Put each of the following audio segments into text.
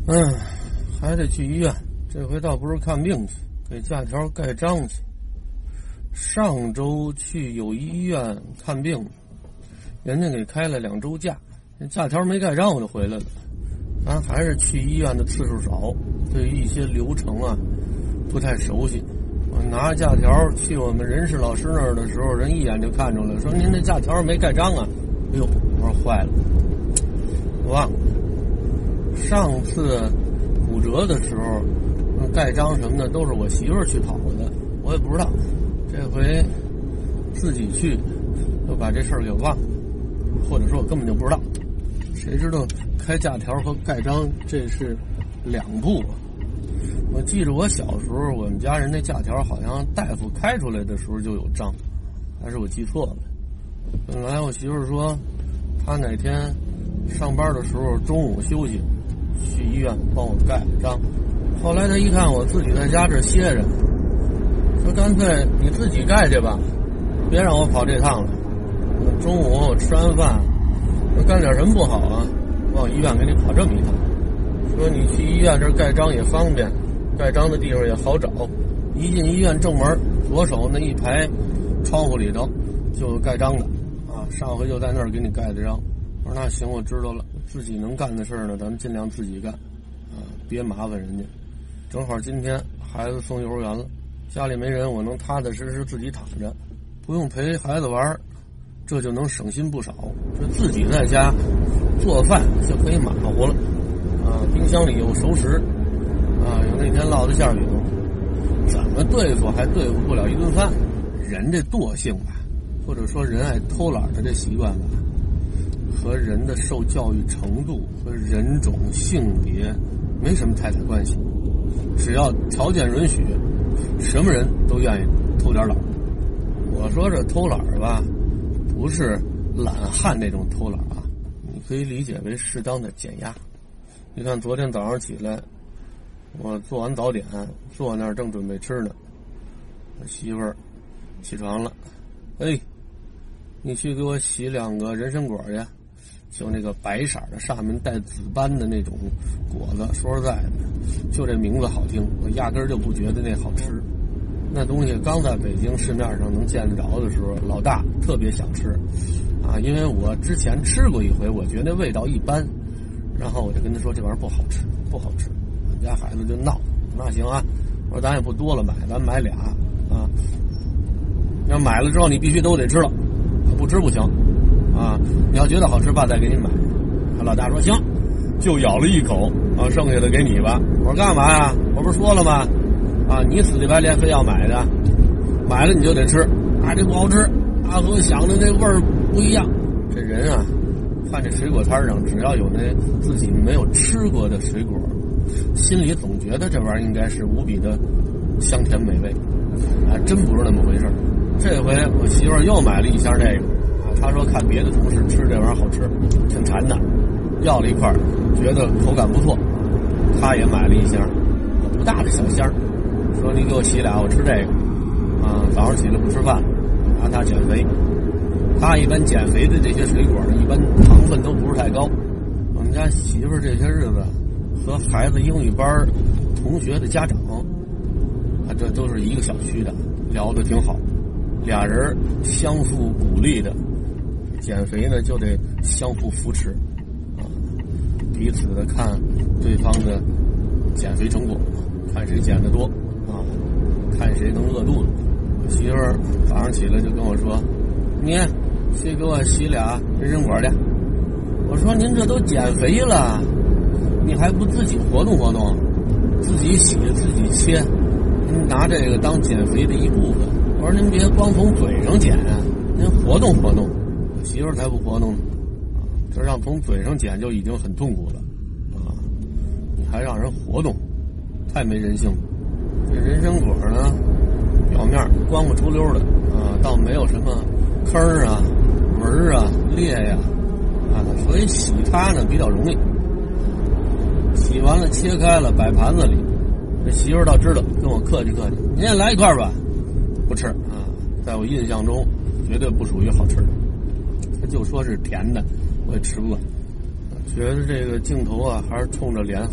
还得去医院，这回倒不是看病去，给假条盖章去。上周去友谊医院看病，人家给开了2周假，假条没盖章我就回来了。咱还是去医院的次数少，对于一些流程啊不太熟悉。我拿假条去我们人事老师那儿的时候，人一眼就看出来，说您这假条没盖章啊。哎呦，我说坏了，忘了。上次骨折的时候盖章什么的都是我媳妇儿去跑的，我也不知道。这回自己去就把这事儿给忘了，或者说我根本就不知道。谁知道开假条和盖章这是2步啊。我记着我小时候我们家人那假条好像大夫开出来的时候就有章，还是我记错了。本来我媳妇儿说她哪天上班的时候中午休息去医院帮我盖章，后来她一看我自己在家这歇着，说干脆你自己盖去吧，别让我跑这趟了。中午我吃完饭干点什么不好啊，往医院给你跑这么一趟。说你去医院这盖章也方便，盖章的地方也好找，一进医院正门左手那一排窗户里头就有盖章的啊，上回就在那儿给你盖的章。我说那行，我知道了，自己能干的事呢咱们尽量自己干啊，别麻烦人家。正好今天孩子送幼儿园了，家里没人，我能踏踏实实自己躺着，不用陪孩子玩，这就能省心不少。这自己在家做饭就可以马虎了啊，冰箱里有熟食啊，有那天烙的馅饼，怎么对付还对付不了一顿饭。人这惰性吧，或者说人爱偷懒的这习惯吧，和人的受教育程度和人种性别没什么太大关系。只要条件允许，什么人都愿意偷点懒。我说这偷懒吧，不是懒汉那种偷懒啊，你可以理解为适当的减压。你看昨天早上起来，我做完早点，坐那儿正准备吃呢，我媳妇儿起床了，你去给我洗2个人参果去，就那个白色的上面带紫斑的那种果子。说实在的，就这名字好听，我压根儿就不觉得那好吃。那东西刚在北京市面上能见得着的时候，老大特别想吃啊，因为我之前吃过一回，我觉得味道一般，然后我就跟他说这玩意儿不好吃不好吃。我们家孩子就闹，那行啊，我说咱也不多了买，咱买俩啊，要买了之后你必须都得吃了，不吃不行啊，你要觉得好吃爸再给你买。老大说行，就咬了一口啊，剩下的给你吧。我说干嘛呀？我不是说了吗？啊，你死乞白赖非要买的，买了你就得吃啊，这不好吃啊，和我想的那味儿不一样。这人啊，看这水果摊上只要有那自己没有吃过的水果，心里总觉得这玩意儿应该是无比的香甜美味啊，真不是那么回事。这回我媳妇儿又买了一箱这个啊，她说看别的同事吃这玩意儿好吃，挺馋的，要了一块，觉得口感不错，她也买了一箱，不大的小箱，说你给我洗俩，我吃这个啊。早上起来不吃饭，让她减肥。她一般减肥的这些水果呢，一般糖分都不是太高。我们家媳妇儿这些日子和孩子英语班同学的家长啊，这都是一个小区的，聊得挺好，俩人相互鼓励的。减肥呢就得相互扶持啊，彼此的看对方的减肥成果，看谁减得多啊，看谁能饿肚子。我媳妇儿早上起来就跟我说，你去给我洗俩人参果去。我说您这都减肥了，你还不自己活动活动，自己洗自己切，您拿这个当减肥的一部分。我说您别光从嘴上减啊，您活动活动。我媳妇儿才不活动呢，这让从嘴上减就已经很痛苦了啊，你还让人活动，太没人性了。这人参果呢，表面光不出溜的啊，倒没有什么坑啊、纹啊、裂呀啊，所以洗它呢比较容易。洗完了切开了摆盘子里，这媳妇儿倒知道跟我客气客气，您也来一块吧。不吃啊，在我印象中绝对不属于好吃的。他就说是甜的，我也吃不惯。觉得这个镜头啊，还是冲着脸好，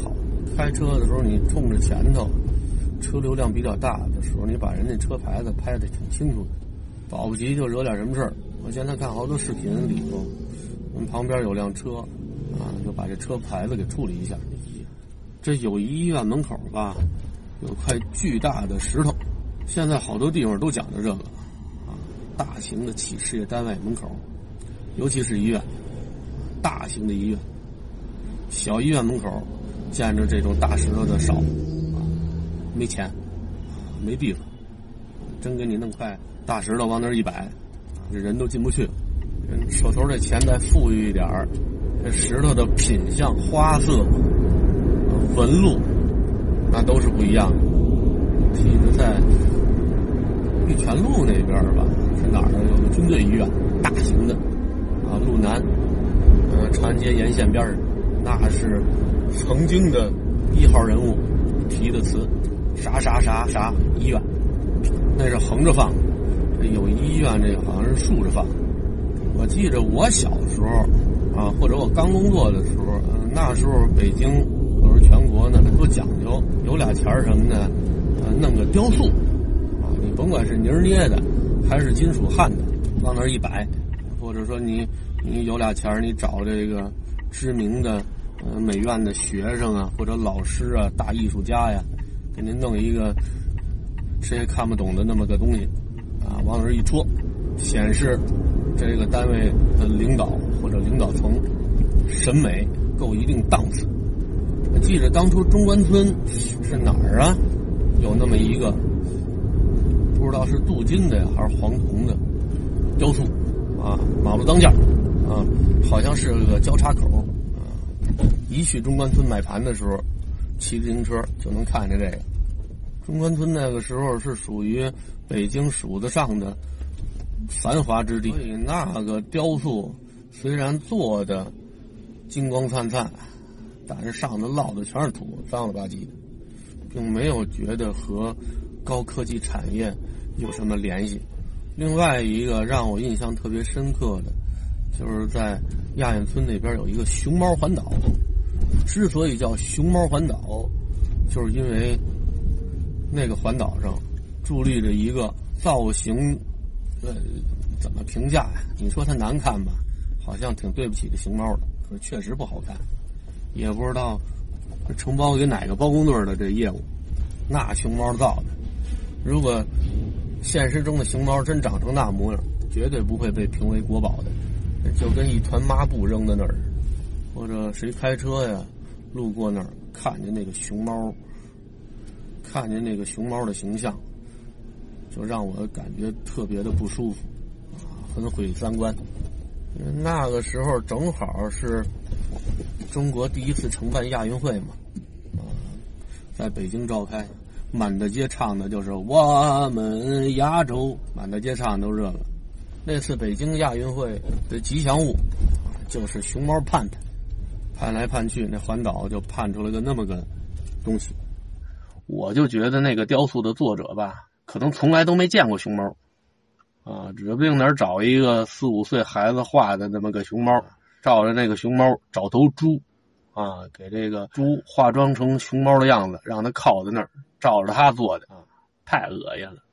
开车的时候你冲着前头，车流量比较大的时候，你把人家车牌子拍得挺清楚的，保不齐就惹点什么事儿。我现在看好多视频里头，我们旁边有辆车就把这车牌子给处理一下。这友谊医院门口吧，有块巨大的石头，现在好多地方都讲究这个大型的企事业单位门口，尤其是医院，大型的医院，小医院门口见着这种大石头的少没钱没地方，真给你弄块大石头往那儿一摆，这人都进不去了。手头这钱再富裕一点儿，这石头的品相、花色、纹路，那都是不一样的。记得在玉泉路那边吧，是哪儿？有个军队医院，大型的路南，长安街沿线边上，那是曾经的1号人物提的词，啥啥啥啥医院，那是横着放的，友谊医院这个好像是竖着放。我记着我小时候或者我刚工作的时候，那时候北京或者全国呢多讲究，有俩钱什么的，弄个雕塑你甭管是泥捏的还是金属焊的，往那儿一摆，或者说你有俩钱，你找这个知名的美院的学生或者老师大艺术家呀，给您弄一个谁也看不懂的那么个东西往那儿一戳，显示这个单位的领导或者领导层审美够一定档次。我记得当初中关村是哪儿有那么一个不知道是镀金的呀还是黄铜的雕塑马路当间好像是个交叉口一去中关村买盘的时候，骑自行车就能看见这个。中关村那个时候是属于北京数得上的繁华之地，所以那个雕塑虽然做的金光灿灿，但是上头落的全是土，脏了吧唧的，并没有觉得和高科技产业有什么联系。另外一个让我印象特别深刻的，就是在亚运村那边有一个熊猫环岛。之所以叫熊猫环岛，就是因为那个环岛上伫立着一个造型怎么评价呀？你说它难看吧，好像挺对不起这熊猫的，可是确实不好看。也不知道承包给哪个包工队的这业务，那熊猫造的，如果现实中的熊猫真长成那模样，绝对不会被评为国宝的，就跟一团抹布扔在那儿，或者谁开车呀路过那儿看见那个熊猫，看见那个熊猫的形象，就让我感觉特别的不舒服很毁三观。那个时候正好是中国第一次承办亚运会嘛在北京召开，满大街唱的就是我们亚洲，满大街唱都这个。那次北京亚运会的吉祥物就是熊猫盼盼，盼来盼去，那环岛就盼出了个那么个东西。我就觉得那个雕塑的作者吧，可能从来都没见过熊猫指不定哪儿找一个4、5岁孩子画的那么个熊猫，照着那个熊猫找头猪给这个猪化妆成熊猫的样子，让它靠在那儿，照着它做的太恶心了。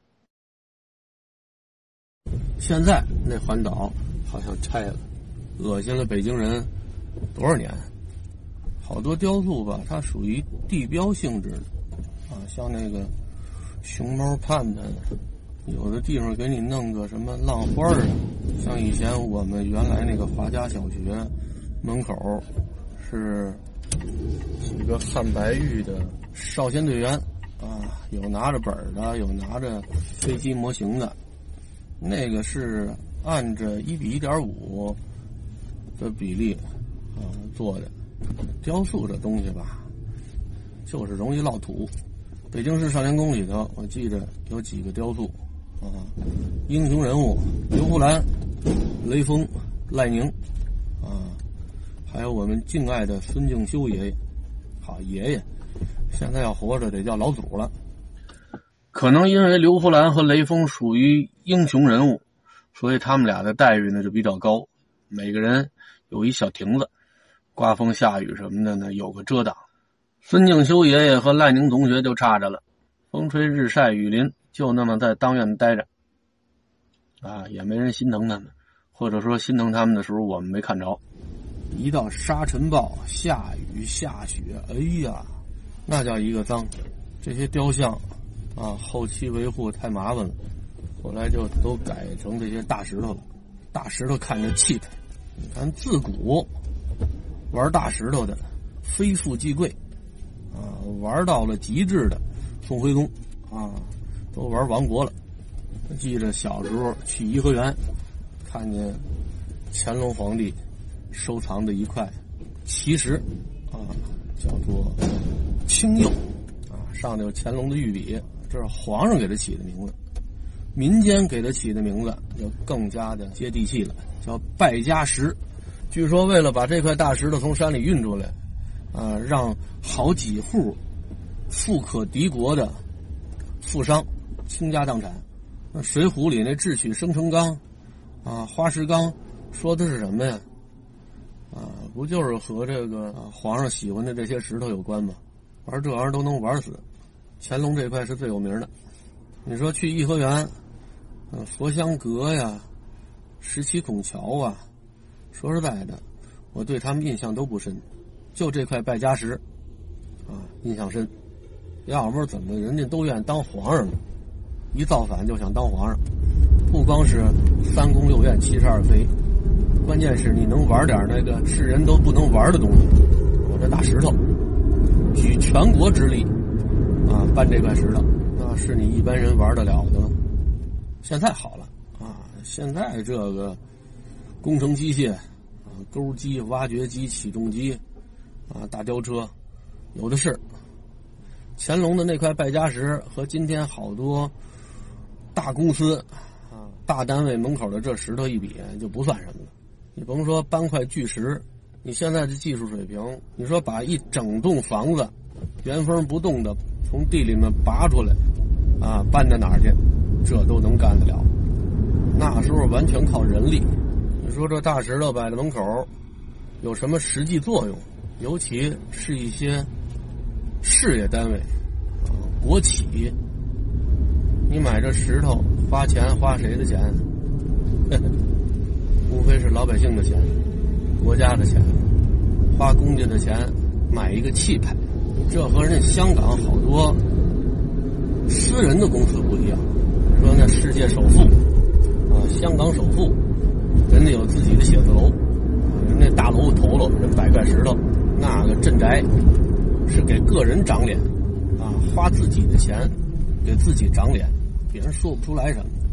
现在那环岛好像拆了，恶心了北京人多少年。好多雕塑吧，它属于地标性质的像那个熊猫盼盼，有的地方给你弄个什么浪花像以前我们原来那个华家小学门口是几个汉白玉的少先队员有拿着本的，有拿着飞机模型的，那个是按着1:1.5的比例做的。雕塑这东西吧，就是容易落土。北京市少年宫里头，我记着有几个雕塑英雄人物刘胡兰、雷锋、赖宁还有我们敬爱的孙敬修爷爷。好爷爷，现在要活着得叫老祖了。可能因为刘胡兰和雷锋属于英雄人物，所以他们俩的待遇呢就比较高，每个人有一小亭子，刮风下雨什么的呢有个遮挡， 孙敬修爷爷和赖宁同学就差着了，风吹日晒雨淋，就那么在当院待着也没人心疼他们，或者说心疼他们的时候我们没看着。一到沙尘暴、下雨下雪，哎呀，那叫一个脏。这些雕像后期维护太麻烦了，后来就都改成这些大石头了。大石头看着气派，你看自古玩大石头的非富即贵玩到了极致的宋徽宗都玩亡国了。记着小时候去颐和园，看见乾隆皇帝收藏的一块奇石叫做青釉上头有乾隆的御笔，这是皇上给他起的名字。民间给他起的名字就更加的接地气了，叫败家石。据说为了把这块大石头从山里运出来让好几户富可敌国的富商倾家荡产。那水浒里那智取生辰纲花石纲说的是什么呀？不就是和这个皇上喜欢的这些石头有关吗？玩这玩意儿都能玩死。乾隆这块是最有名的。你说去颐和园佛香阁呀、17孔桥说实在的我对他们印象都不深，就这块败家石印象深。要不怎么人家都愿意当皇上呢？一造反就想当皇上，不光是3宫6院72妃，关键是你能玩点那个世人都不能玩的东西。我这大石头举全国之力搬这块石头，那是你一般人玩得了的吗？现在好了现在这个工程机械钩机、挖掘机、起重机大吊车有的是。乾隆的那块败家石和今天好多大公司大单位门口的这石头一比就不算什么了。你甭说搬块巨石，你现在的技术水平，你说把一整栋房子原封不动的从地里面拔出来搬到哪儿去，这都能干得了。那时候完全靠人力。你说这大石头摆在门口有什么实际作用？尤其是一些事业单位国企，你买这石头花钱花谁的钱？无非是老百姓的钱，国家的钱，花公家的钱买一个气派。这和人家香港好多私人的公司不一样。说那世界首富香港首富，人家有自己的写字楼，人家大楼头了人摆块石头，那个镇宅是给个人长脸花自己的钱给自己长脸，别人说不出来什么。